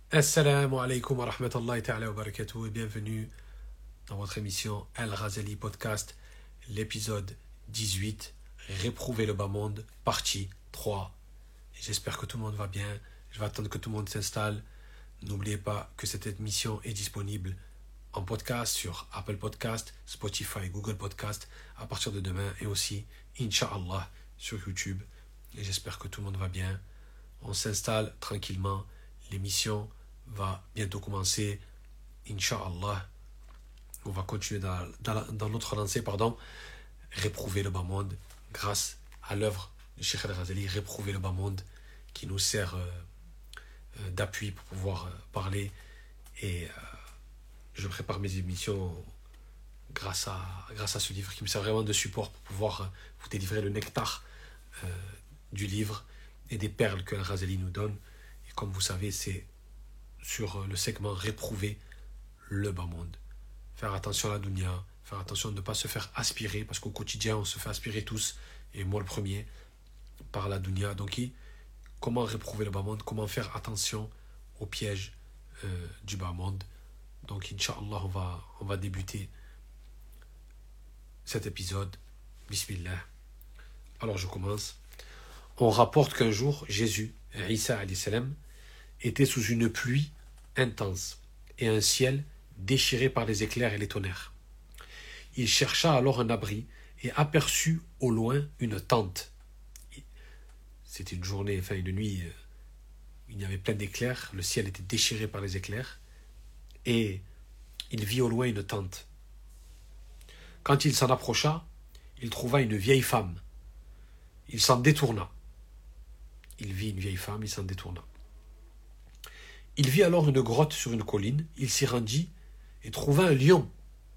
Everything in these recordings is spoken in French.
Assalamu alaikum wa rahmatullahi ta'ala wa barakatuh et bienvenue dans votre émission Al Ghazali Podcast, l'épisode 18, Réprouver le bas monde, partie 3. Et j'espère que tout le monde va bien, je vais attendre que tout le monde s'installe. N'oubliez pas que cette émission est disponible en podcast sur Apple Podcast, Spotify, Google Podcast à partir de demain et aussi, Inch'Allah, sur YouTube. Et j'espère que tout le monde va bien. On s'installe tranquillement. L'émission va bientôt commencer. Inch'Allah. On va continuer dans notre lancée, Réprouver le bas monde grâce à l'œuvre de Cheikh Al-Ghazali, Réprouver le bas monde, qui nous sert d'appui pour pouvoir parler. Et je prépare mes émissions grâce à ce livre qui me sert vraiment de support pour pouvoir vous délivrer le nectar du livre et des perles que Al-Ghazali nous donne. Et comme vous savez, c'est sur le segment Réprouver le bas monde. Faire attention à la dunya, faire attention de ne pas se faire aspirer, parce qu'au quotidien, on se fait aspirer tous, et moi le premier, par la dunya. Donc, comment réprouver le bas monde, comment faire attention aux pièges du bas monde. Donc, Inch'Allah, on va débuter cet épisode. Bismillah. Alors, je commence. On rapporte qu'un jour, Jésus, Isa alayhi salam, était sous une pluie intense et un ciel déchiré par les éclairs et les tonnerres. Il chercha alors un abri et aperçut au loin une tente. C'était une nuit, il y avait plein d'éclairs, le ciel était déchiré par les éclairs et il vit au loin une tente. Quand il s'en approcha, il trouva une vieille femme. Il s'en détourna. Il vit une vieille femme, il s'en détourna. Il vit alors une grotte sur une colline, il s'y rendit et trouva un lion.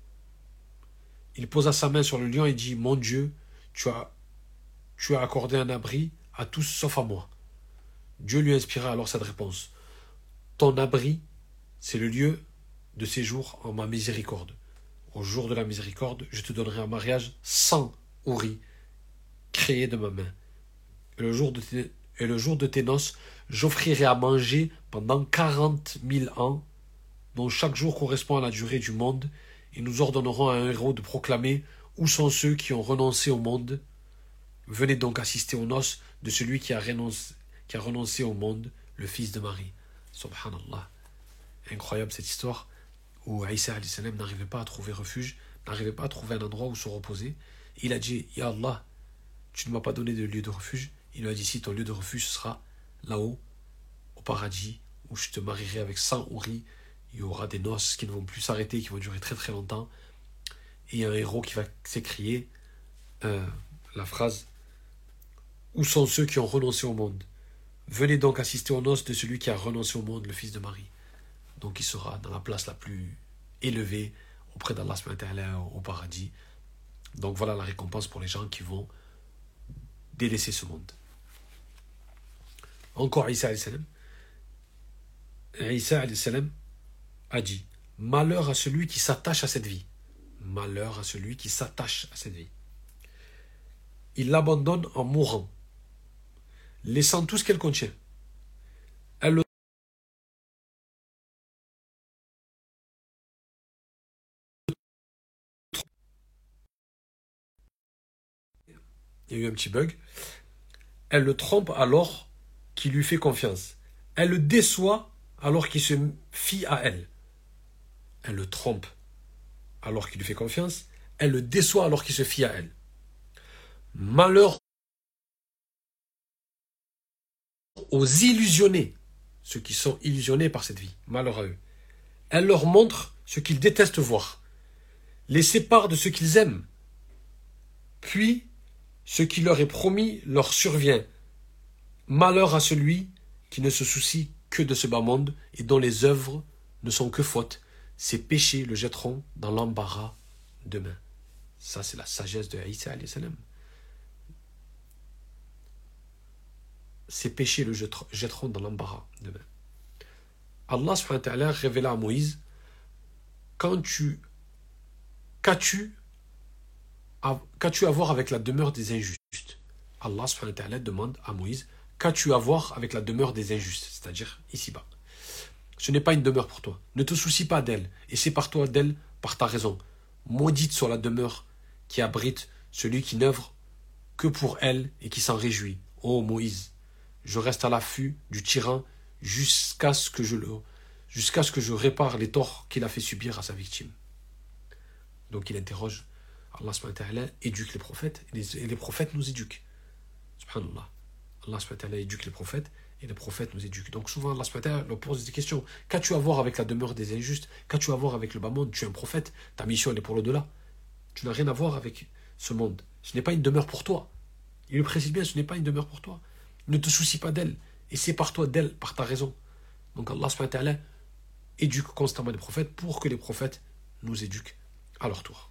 Il posa sa main sur le lion et dit « Mon Dieu, tu as accordé un abri à tous sauf à moi. » Dieu lui inspira alors cette réponse. « Ton abri, c'est le lieu de séjour en ma miséricorde. Au jour de la miséricorde, je te donnerai en mariage 100 houris créés de ma main. Et le jour de tes noces, j'offrirai à manger pendant 40 000 ans, dont chaque jour correspond à la durée du monde, et nous ordonnerons à un héros de proclamer « Où sont ceux qui ont renoncé au monde ?» Venez donc assister aux noces de celui qui a renoncé au monde, le fils de Marie. Subhanallah. Incroyable cette histoire où Isa alayhi salam n'arrivait pas à trouver refuge, n'arrivait pas à trouver un endroit où se reposer. Il a dit « Ya Allah, tu ne m'as pas donné de lieu de refuge. » Il lui a dit « Si ton lieu de refuge sera là-haut, au paradis, où je te marierai avec 100 houris, il y aura des noces qui ne vont plus s'arrêter, qui vont durer très très longtemps. Et il y a un héros qui va s'écrier la phrase « Où sont ceux qui ont renoncé au monde ? Venez donc assister aux noces de celui qui a renoncé au monde, le fils de Marie. » Donc il sera dans la place la plus élevée auprès d'Allah au paradis. Donc voilà la récompense pour les gens qui vont délaisser ce monde. Encore Isa alayhi salam. Isa alayhi salam a dit « Malheur à celui qui s'attache à cette vie. » Malheur à celui qui s'attache à cette vie. Il l'abandonne en mourant, laissant tout ce qu'elle contient. Elle le Il y a eu un petit bug. Elle le trompe alors qu'il lui fait confiance. Elle le déçoit alors qu'il se fie à elle. Elle le trompe alors qu'il lui fait confiance. Elle le déçoit alors qu'il se fie à elle. Malheur aux illusionnés, ceux qui sont illusionnés par cette vie. Malheur à eux. Elle leur montre ce qu'ils détestent voir, les sépare de ce qu'ils aiment. Puis, ce qui leur est promis leur survient. Malheur à celui qui ne se soucie que de ce bas monde et dont les œuvres ne sont que fautes. Ses péchés le jetteront dans l'embarras demain. Ça, c'est la sagesse de Isa alayhi salam. Ses péchés le jetteront dans l'embarras demain. Allah subhanahu wa ta'ala révéla à Moïse qu'as-tu à voir avec la demeure des injustes? Allah subhanahu wa ta'ala demande à Moïse qu'as-tu à voir avec la demeure des injustes, c'est-à-dire ici-bas. ce n'est pas une demeure pour toi. Ne te soucie pas d'elle, et sépare-toi d'elle par ta raison. Maudite soit la demeure qui abrite celui qui n'œuvre que pour elle et qui s'en réjouit. Ô Moïse, je reste à l'affût du tyran jusqu'à ce que je répare les torts qu'il a fait subir à sa victime. Donc il interroge, Allah subhanahu wa ta'ala éduque les prophètes, et les prophètes nous éduquent. Subhanallah. Allah subhanahu wa ta'ala éduque les prophètes, et les prophètes nous éduquent. Donc souvent Allah subhanahu wa ta'ala leur pose des questions. Qu'as-tu à voir avec la demeure des injustes? Qu'as-tu à voir avec le bas monde? Tu es un prophète, ta mission elle est pour l'au-delà. Tu n'as rien à voir avec ce monde. Ce n'est pas une demeure pour toi. Il le précise bien, ce n'est pas une demeure pour toi. Ne te soucie pas d'elle, et sépare-toi d'elle par ta raison. Donc Allah subhanahu wa ta'ala éduque constamment les prophètes pour que les prophètes nous éduquent à leur tour.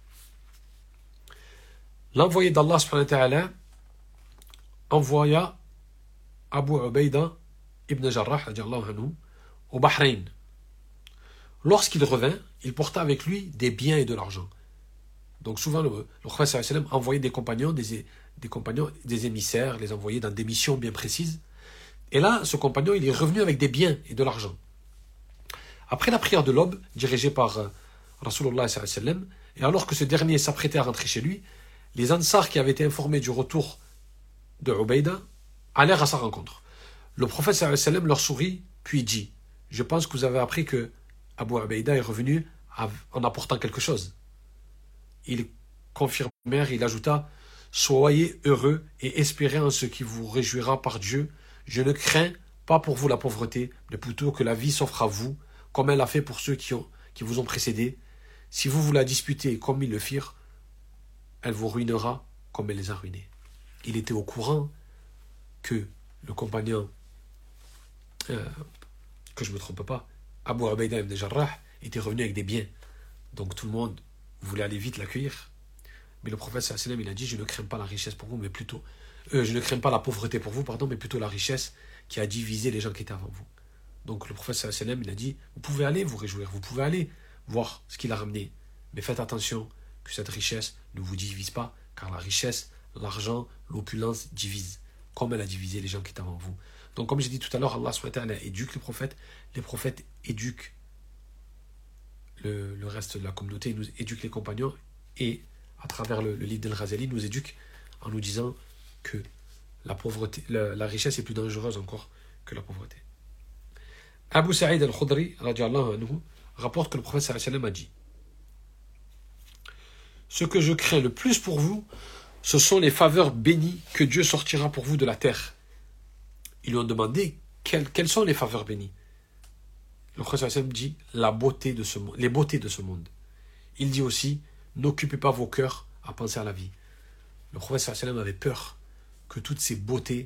L'envoyé d'Allah subhanahu wa ta'ala envoya Abu Ubaïda ibn Jarrah anhu, au Bahreïn. Lorsqu'il revint, il porta avec lui des biens et de l'argent. Donc souvent, le prophète sallallahu alayhi wa sallam envoyait des compagnons, des émissaires, les envoyait dans des missions bien précises. Et là, ce compagnon, il est revenu avec des biens et de l'argent. Après la prière de l'aube, dirigée par Rasulullah sallallahu alayhi wa sallam, et alors que ce dernier s'apprêtait à rentrer chez lui, les Ansars qui avaient été informés du retour de Ubaïda allèrent à sa rencontre. Le prophète sallallahu alayhi wa sallam leur sourit, puis dit: je pense que vous avez appris que Abu Ubaïda est revenu en apportant quelque chose. Ils confirmèrent, il ajouta: soyez heureux et espérez en ce qui vous réjouira par Dieu. Je ne crains pas pour vous la pauvreté, mais plutôt que la vie s'offre à vous, comme elle a fait pour ceux qui vous ont précédés. Si vous vous la disputez comme ils le firent, elle vous ruinera comme elle les a ruinés. Il était au courant que le compagnon, que je ne me trompe pas, Abu Ubaïda ibn Jarrah, était revenu avec des biens. Donc tout le monde voulait aller vite l'accueillir. Mais le prophète sallallahu alayhi wa sallam, il a dit: je ne crains pas la richesse pour vous, mais plutôt je ne crains pas la pauvreté pour vous, mais plutôt la richesse qui a divisé les gens qui étaient avant vous. Donc le prophète sallallahu alayhi wa sallam, il a dit: vous pouvez aller vous réjouir, vous pouvez aller voir ce qu'il a ramené, mais faites attention que cette richesse ne vous divise pas, car la richesse, l'argent, l'opulence divise, comme elle a divisé les gens qui étaient avant vous. Donc comme j'ai dit tout à l'heure, Allah subhanahu wa ta'ala éduque les prophètes éduquent le reste de la communauté, ils nous éduquent les compagnons, et à travers le livre d'Al-Ghazali, nous éduquent en nous disant que la pauvreté, la richesse est plus dangereuse encore que la pauvreté. Abu Sa'id al-Khudri radiallahu anhu rapporte que le prophète sallallahu alayhi wa sallam a dit: ce que je crains le plus pour vous, ce sont les faveurs bénies que Dieu sortira pour vous de la terre. Ils lui ont demandé quelles sont les faveurs bénies. Le prophète sallallahu alayhi wa sallam dit: la beauté de ce monde, les beautés de ce monde. Il dit aussi: n'occupez pas vos cœurs à penser à la vie. Le prophète sallallahu alayhi wa sallam avait peur que toutes ces beautés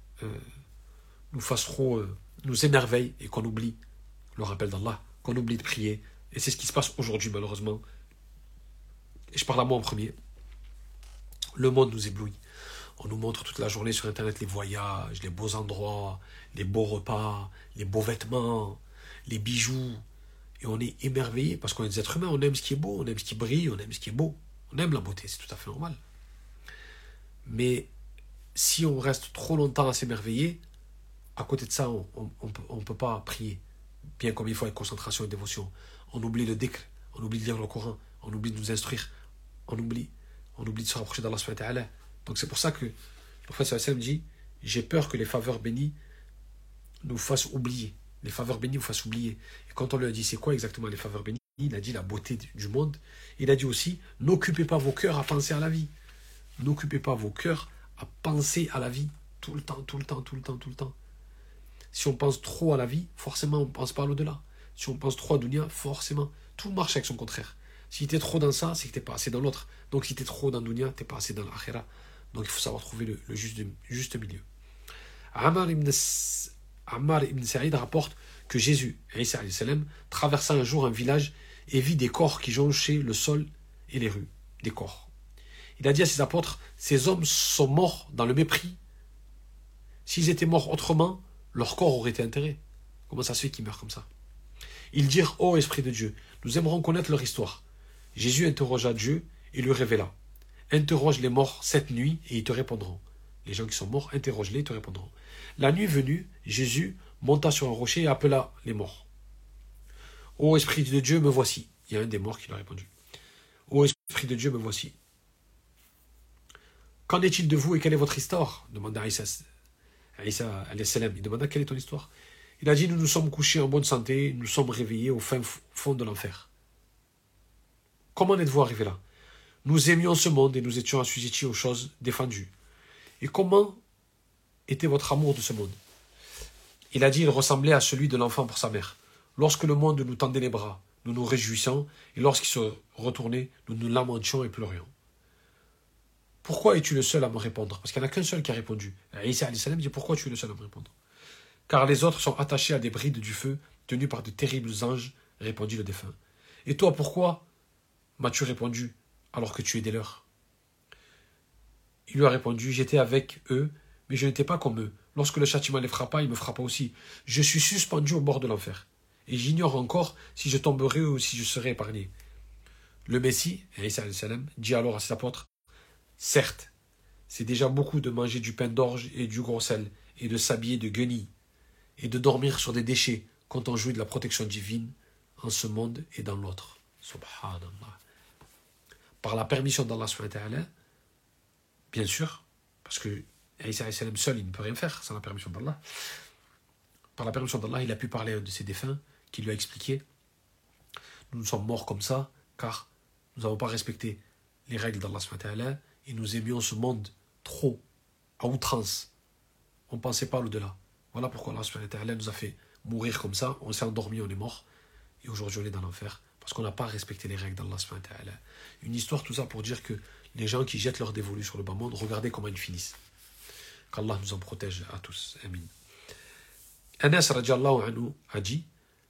nous fasseront, nous émerveillent et qu'on oublie le rappel d'Allah, qu'on oublie de prier. Et c'est ce qui se passe aujourd'hui malheureusement. Et je parle à moi en premier. Le monde nous éblouit. On nous montre toute la journée sur Internet les voyages, les beaux endroits, les beaux repas, les beaux vêtements, les bijoux. Et on est émerveillé parce qu'on est des êtres humains, on aime ce qui est beau, on aime ce qui brille, on aime ce qui est beau. On aime la beauté, c'est tout à fait normal. Mais si on reste trop longtemps à s'émerveiller, à côté de ça, on peut pas prier bien comme il faut avec concentration et dévotion. On oublie le dhikr, on oublie de lire le Coran, on oublie de nous instruire, on oublie de se rapprocher d'Allah subhanahu wa ta'ala. Donc c'est pour ça que le prophète sallallahu alayhi wa sallam dit: j'ai peur que les faveurs bénies nous fassent oublier. Les faveurs bénies nous fassent oublier. Et quand on lui a dit c'est quoi exactement les faveurs bénies, il a dit la beauté du monde. Il a dit aussi: n'occupez pas vos cœurs à penser à la vie. N'occupez pas vos cœurs à penser à la vie tout le temps. Si on pense trop à la vie, forcément on ne pense pas à l'au-delà. Si on pense trop à dunya, forcément, tout marche avec son contraire. Si tu es trop dans ça, c'est que tu n'es pas assez dans l'autre. Donc si tu es trop dans dunya, tu n'es pas assez dans l'akhira. Donc il faut savoir trouver le juste milieu. Ammar ibn Sa'id rapporte que Jésus, Isa alayhi salam, traversa un jour un village et vit des corps qui jonchaient le sol et les rues. Des corps. Il a dit à ses apôtres: ces hommes sont morts dans le mépris. S'ils étaient morts autrement, leur corps aurait été enterré. Comment ça se fait qu'ils meurent comme ça? Ils dirent: ô Esprit de Dieu, nous aimerons connaître leur histoire. Jésus interrogea Dieu et lui révéla: interroge les morts cette nuit et ils te répondront. Les gens qui sont morts, interroge-les et te répondront. La nuit venue, Jésus monta sur un rocher et appela les morts. Ô Esprit de Dieu, me voici. Il y a un des morts qui lui a répondu. Ô Esprit de Dieu, me voici. Qu'en est-il de vous et quelle est votre histoire demanda Isa alayhi salam. Il demanda quelle est ton histoire. Il a dit, nous nous sommes couchés en bonne santé, nous sommes réveillés au fin fond de l'enfer. Comment êtes-vous arrivés là? Nous aimions ce monde et nous étions assujettis aux choses défendues. Et comment était votre amour de ce monde? Il a dit, il ressemblait à celui de l'enfant pour sa mère. Lorsque le monde nous tendait les bras, nous nous réjouissions, et lorsqu'il se retournait, nous nous lamentions et pleurions. Pourquoi es-tu le seul à me répondre? Parce qu'il n'y en a qu'un seul qui a répondu. Isa alayhi salam dit, pourquoi tu es le seul à me répondre? Car les autres sont attachés à des brides du feu, tenus par de terribles anges, répondit le défunt. Et toi, pourquoi m'as-tu répondu alors que tu es des leurs? Il lui a répondu, j'étais avec eux, mais je n'étais pas comme eux. Lorsque le châtiment les frappa, il me frappa aussi. Je suis suspendu au bord de l'enfer. Et j'ignore encore si je tomberai ou si je serai épargné. Le Messie, Isa alayhi salam, dit alors à ses apôtres, certes, c'est déjà beaucoup de manger du pain d'orge et du gros sel, et de s'habiller de guenilles, et de dormir sur des déchets, quand on jouit de la protection divine en ce monde et dans l'autre. Subhanallah. Par la permission d'Allah subhanahu wa ta'ala, bien sûr, parce que Isa alayhi salam seul, il ne peut rien faire sans la permission d'Allah. Par la permission d'Allah, il a pu parler à un de ses défunts, qui lui a expliqué, nous sommes morts comme ça, car nous n'avons pas respecté les règles d'Allah subhanahu wa ta'ala, et nous aimions ce monde trop, à outrance. On ne pensait pas à l'au-delà. Voilà pourquoi Allah subhanahu wa ta'ala nous a fait mourir comme ça, on s'est endormi, on est mort, et aujourd'hui on est dans l'enfer, parce qu'on n'a pas respecté les règles d'Allah subhanahu wa ta'ala. Une histoire, tout ça pour dire que les gens qui jettent leur dévolu sur le bas monde, regardez comment ils finissent. Qu'Allah nous en protège à tous. Amin. Anas radiallahu anhu a dit,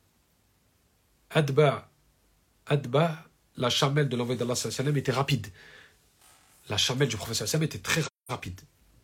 Adba, la chamelle de l'envoyé d'Allah sallallahu alayhi wa sallam était rapide. La chamelle du prophète sallallahu alayhi wa sallam était très rapide.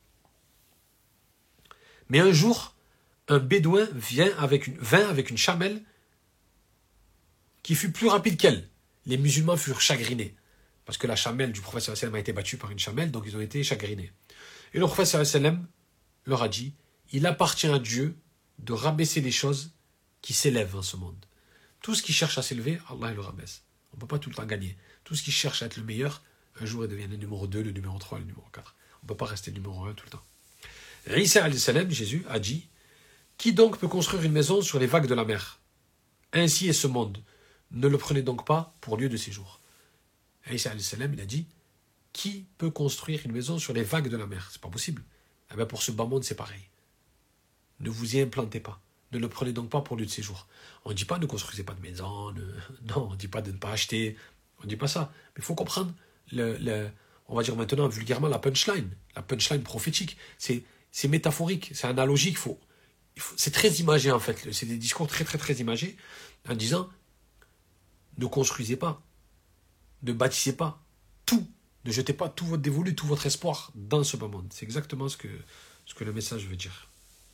Mais un jour, un bédouin vint avec une chamelle qui fut plus rapide qu'elle. Les musulmans furent chagrinés. Parce que la chamelle du prophète sallallahu alayhi wa sallam a été battue par une chamelle, donc ils ont été chagrinés. Et le prophète sallallahu alayhi wa sallam leur a dit, il appartient à Dieu de rabaisser les choses qui s'élèvent en ce monde. Tout ce qui cherche à s'élever, Allah il le rabaisse. On ne peut pas tout le temps gagner. Tout ce qui cherche à être le meilleur, un jour il devient le numéro 2, le numéro 3, le numéro 4. On ne peut pas rester le numéro 1 tout le temps. Isa alayhi salam, Jésus, a dit, qui donc peut construire une maison sur les vagues de la mer? Ainsi est ce monde. Ne le prenez donc pas pour lieu de séjour. Isa alayhi salam, il a dit, qui peut construire une maison sur les vagues de la mer? C'est pas possible. Eh bien, pour ce bas monde, c'est pareil. Ne vous y implantez pas. Ne le prenez donc pas pour lieu de séjour. On ne dit pas ne construisez pas de maison, non, on ne dit pas de ne pas acheter, on ne dit pas ça. Mais il faut comprendre, on va dire maintenant vulgairement la punchline prophétique. C'est métaphorique, c'est analogique, c'est très imagé en fait. C'est des discours très très très imagés en disant ne construisez pas, ne bâtissez pas tout, ne jetez pas tout votre dévolu, tout votre espoir dans ce bas monde. C'est exactement ce que le message veut dire.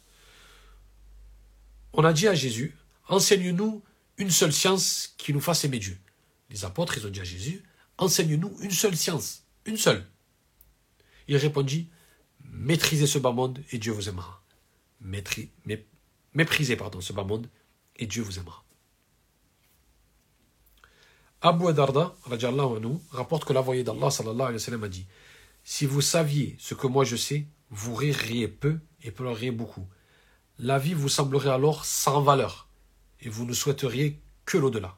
On a dit à Jésus, enseigne-nous une seule science qui nous fasse aimer Dieu. Les apôtres, ils ont dit à Jésus, enseigne-nous une seule science, une seule. Il répondit, maîtrisez ce bas monde et Dieu vous aimera. Méprisez ce bas monde et Dieu vous aimera. Abu Darda, radiallahu anhu, rapporte que l'envoyé d'Allah, sallallahu alayhi wa sallam, a dit, si vous saviez ce que moi je sais, vous ririez peu et pleureriez beaucoup. La vie vous semblerait alors sans valeur, et vous ne souhaiteriez que l'au-delà.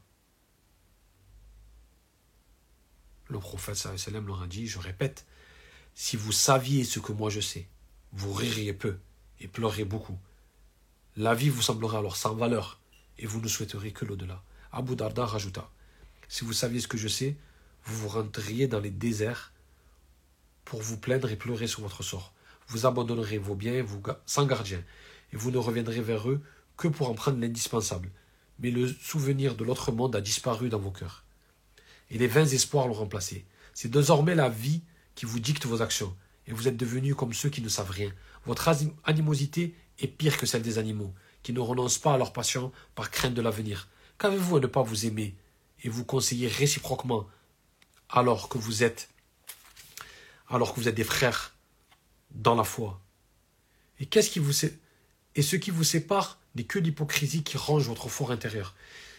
Le prophète sallallahu alayhi wa sallam leur a dit, je répète, si vous saviez ce que moi je sais, vous ririez peu et pleureriez beaucoup. La vie vous semblerait alors sans valeur, et vous ne souhaiteriez que l'au-delà. Abu Darda rajouta, si vous saviez ce que je sais, vous vous rentreriez dans les déserts pour vous plaindre et pleurer sur votre sort. Vous abandonnerez vos biens sans gardien, et vous ne reviendrez vers eux que pour en prendre l'indispensable. Mais le souvenir de l'autre monde a disparu dans vos cœurs. Et les vains espoirs l'ont remplacé. C'est désormais la vie qui vous dicte vos actions, et vous êtes devenus comme ceux qui ne savent rien. Votre animosité est pire que celle des animaux, qui ne renoncent pas à leur passion par crainte de l'avenir. Qu'avez-vous à ne pas vous aimer et vous conseiller réciproquement alors que vous êtes des frères dans la foi? Et ce qui vous sépare n'est que l'hypocrisie qui ronge votre fort intérieur.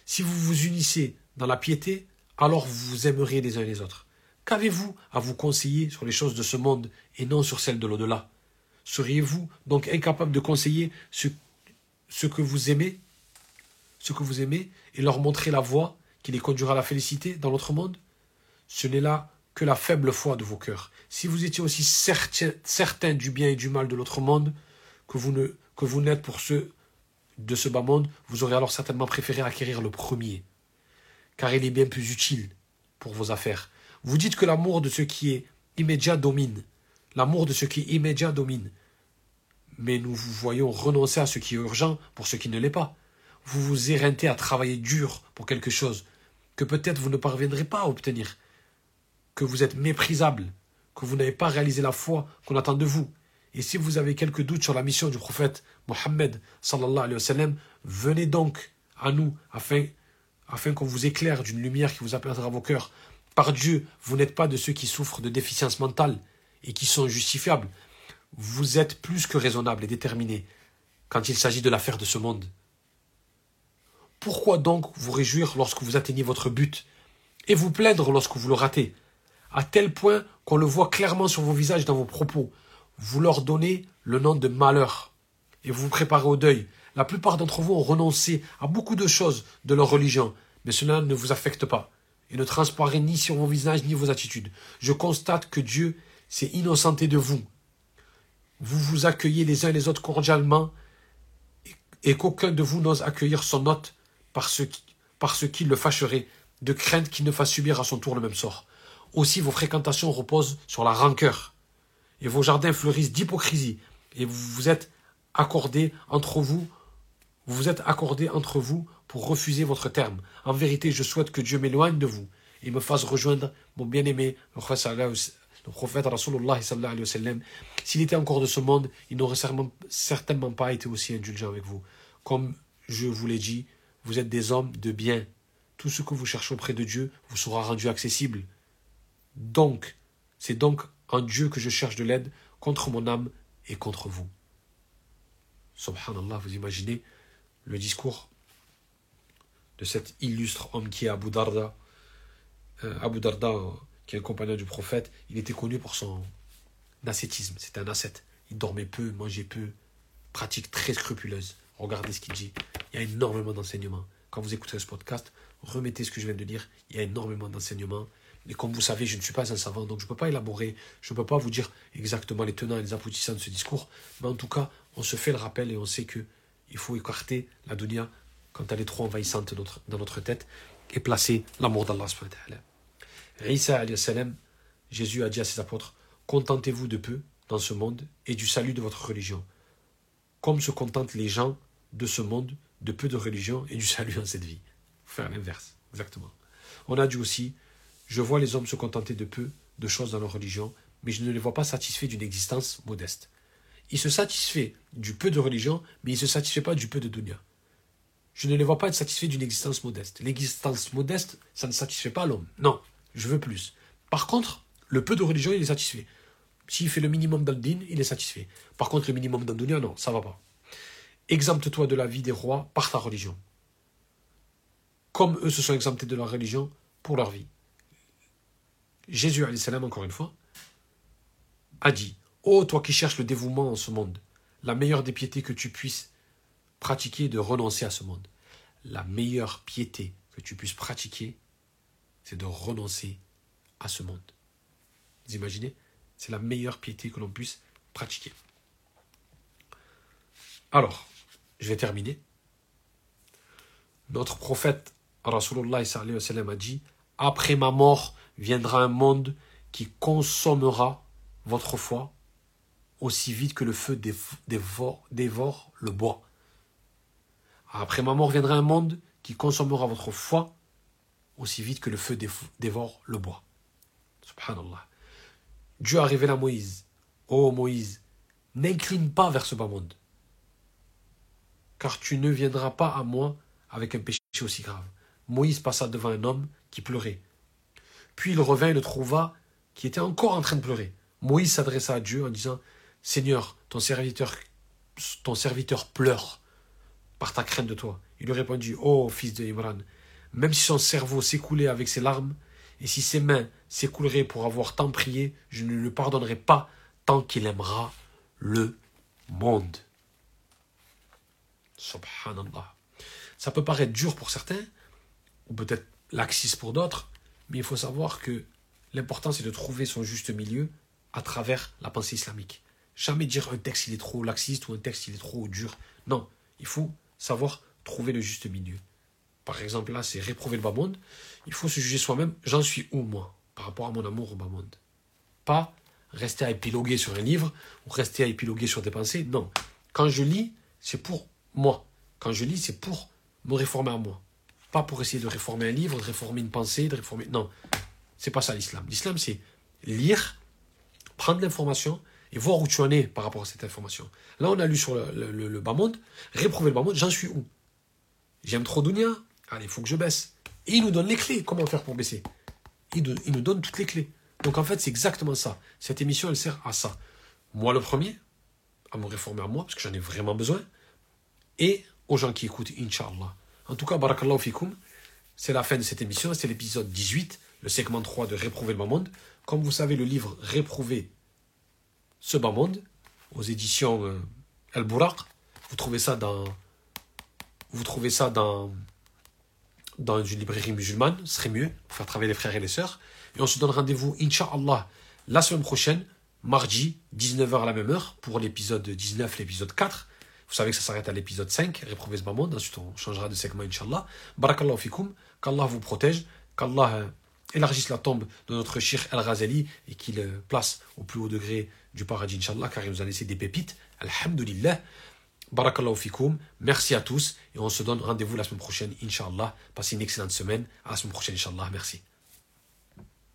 Si vous vous unissez dans la piété, alors vous vous aimeriez les uns les autres. Qu'avez-vous à vous conseiller sur les choses de ce monde et non sur celles de l'au-delà? Seriez-vous donc incapable de conseiller ce que vous aimez, et leur montrer la voie qui les conduira à la félicité dans l'autre monde? Ce n'est là que la faible foi de vos cœurs. Si vous étiez aussi certains du bien et du mal de l'autre monde que vous n'êtes pour ceux de ce bas monde, vous aurez alors certainement préféré acquérir le premier, car il est bien plus utile pour vos affaires. Vous dites que l'amour de ce qui est immédiat domine. L'amour de ce qui est immédiat domine. Mais nous vous voyons renoncer à ce qui est urgent pour ce qui ne l'est pas. Vous vous éreintez à travailler dur pour quelque chose que peut-être vous ne parviendrez pas à obtenir, que vous êtes méprisable, que vous n'avez pas réalisé la foi qu'on attend de vous. Et si vous avez quelques doutes sur la mission du prophète Mohammed sallallahu alayhi wa sallam, venez donc à nous afin qu'on vous éclaire d'une lumière qui vous apaisera vos cœurs. Par Dieu, vous n'êtes pas de ceux qui souffrent de déficiences mentales et qui sont justifiables. Vous êtes plus que raisonnable et déterminé quand il s'agit de l'affaire de ce monde. Pourquoi donc vous réjouir lorsque vous atteignez votre but et vous plaindre lorsque vous le ratez, à tel point qu'on le voit clairement sur vos visages et dans vos propos? Vous leur donnez le nom de malheur et vous vous préparez au deuil. La plupart d'entre vous ont renoncé à beaucoup de choses de leur religion, mais cela ne vous affecte pas et ne transparaît ni sur vos visages ni vos attitudes. Je constate que Dieu s'est innocenté de vous. Vous vous accueillez les uns les autres cordialement et qu'aucun de vous n'ose accueillir son hôte parce qu'il le fâcherait, de crainte qu'il ne fasse subir à son tour le même sort. Aussi vos fréquentations reposent sur la rancœur et vos jardins fleurissent d'hypocrisie et vous vous êtes accordés entre vous pour refuser votre terme. En vérité, je souhaite que Dieu m'éloigne de vous et me fasse rejoindre mon bien-aimé, le prophète Rasulullah sallallahu alayhi wa sallam. S'il était encore de ce monde, il n'aurait certainement pas été aussi indulgent avec vous. Comme je vous l'ai dit, vous êtes des hommes de bien. Tout ce que vous cherchez auprès de Dieu vous sera rendu accessible. C'est donc en Dieu que je cherche de l'aide contre mon âme et contre vous. Subhanallah, vous imaginez le discours de cet illustre homme qui est Abu Darda. Abu Darda, qui est un compagnon du prophète, il était connu pour son ascétisme. C'était un ascète. Il dormait peu, mangeait peu, pratique très scrupuleuse. Regardez ce qu'il dit. Il y a énormément d'enseignements. Quand vous écouterez ce podcast, remettez ce que je viens de dire. Il y a énormément d'enseignements. Et comme vous savez, je ne suis pas un savant, donc je ne peux pas élaborer, je ne peux pas vous dire exactement les tenants et les aboutissants de ce discours. Mais en tout cas, on se fait le rappel et on sait qu'il faut écarter la dunya quand elle est trop envahissante dans notre tête et placer l'amour d'Allah subhanahu wa ta'ala. Isa alayhi salam, Jésus a dit à ses apôtres, contentez-vous de peu dans ce monde et du salut de votre religion, comme se contentent les gens de ce monde de peu de religion et du salut en cette vie. Faire l'inverse, exactement. On a dit aussi, je vois les hommes se contenter de peu de choses dans leur religion, mais je ne les vois pas satisfaits d'une existence modeste. Ils se satisfait du peu de religion, mais ils ne se satisfait pas du peu de dunya. Je ne les vois pas être satisfaits d'une existence modeste. L'existence modeste, ça ne satisfait pas l'homme. Non, je veux plus. Par contre, le peu de religion, il est satisfait. S'il fait le minimum dans le din, il est satisfait. Par contre, le minimum dans le dunya, non, ça ne va pas. Exempte-toi de la vie des rois par ta religion. Comme eux se sont exemptés de leur religion pour leur vie. Jésus, alayhi salam, encore une fois, a dit, ô toi qui cherches le dévouement en ce monde, la meilleure des piétés que tu puisses pratiquer est de renoncer à ce monde. La meilleure piété que tu puisses pratiquer, c'est de renoncer à ce monde. Vous imaginez? C'est la meilleure piété que l'on puisse pratiquer. Alors, je vais terminer. Notre prophète, Rasulullah sallallahu alayhi wa sallam, a dit, après ma mort viendra un monde qui consommera votre foi aussi vite que le feu dévore le bois. Après ma mort viendra un monde qui consommera votre foi aussi vite que le feu dévore le bois. Subhanallah. Dieu a révélé à Moïse, ô Moïse, n'incline pas vers ce bas monde, car tu ne viendras pas à moi avec un péché aussi grave. Moïse passa devant un homme qui pleurait. Puis il revint et le trouva qui était encore en train de pleurer. Moïse s'adressa à Dieu en disant, Seigneur, ton serviteur pleure par ta crainte de toi. Il lui répondit, ô fils de Imran, même si son cerveau s'écoulait avec ses larmes, et si ses mains s'écouleraient pour avoir tant prié, je ne lui pardonnerai pas tant qu'il aimera le monde. Subhanallah. Ça peut paraître dur pour certains, ou peut-être laxiste pour d'autres, mais il faut savoir que l'important c'est de trouver son juste milieu à travers la pensée islamique. Jamais dire un texte il est trop laxiste ou un texte il est trop dur. Non, il faut savoir trouver le juste milieu. Par exemple là c'est réprouver le bas monde. Il faut se juger soi-même, j'en suis où moi par rapport à mon amour au bas monde. Pas rester à épiloguer sur un livre ou rester à épiloguer sur des pensées. Non, quand je lis c'est pour moi. Quand je lis c'est pour me réformer à moi. Pas pour essayer de réformer un livre, de réformer une pensée, de réformer... Non, c'est pas ça l'islam. L'islam c'est lire, prendre l'information et voir où tu en es par rapport à cette information. Là, on a lu sur le bas monde, réprouver le bas monde, j'en suis où? J'aime trop dunya, allez, il faut que je baisse. Et il nous donne les clés, comment faire pour baisser. Il nous donne toutes les clés. Donc en fait, c'est exactement ça. Cette émission, elle sert à ça. Moi, le premier, à me réformer à moi, parce que j'en ai vraiment besoin, et aux gens qui écoutent, Inch'Allah. En tout cas, barakallahu fikoum, c'est la fin de cette émission, c'est l'épisode 18, le segment 3 de Réprouver le bas monde. Comme vous savez, le livre Réprouver ce bas monde, aux éditions Al-Buraq, vous trouvez ça dans une librairie musulmane, ce serait mieux, pour faire travailler les frères et les sœurs. Et on se donne rendez-vous, Inch'Allah, la semaine prochaine, mardi, 19h à la même heure, pour l'épisode 19, l'épisode 4. Vous savez que ça s'arrête à l'épisode 5, Réprouver ce bas monde. Ensuite, on changera de segment, Inch'Allah. Barakallahu fikoum, qu'Allah vous protège, qu'Allah élargisse la tombe de notre Cheikh Al-Ghazali et qu'il place au plus haut degré du paradis, Inch'Allah, car il nous a laissé des pépites. Alhamdulillah. Barakallahu fikoum. Merci à tous et on se donne rendez-vous la semaine prochaine, Inch'Allah. Passez une excellente semaine. À la semaine prochaine, Inch'Allah. Merci.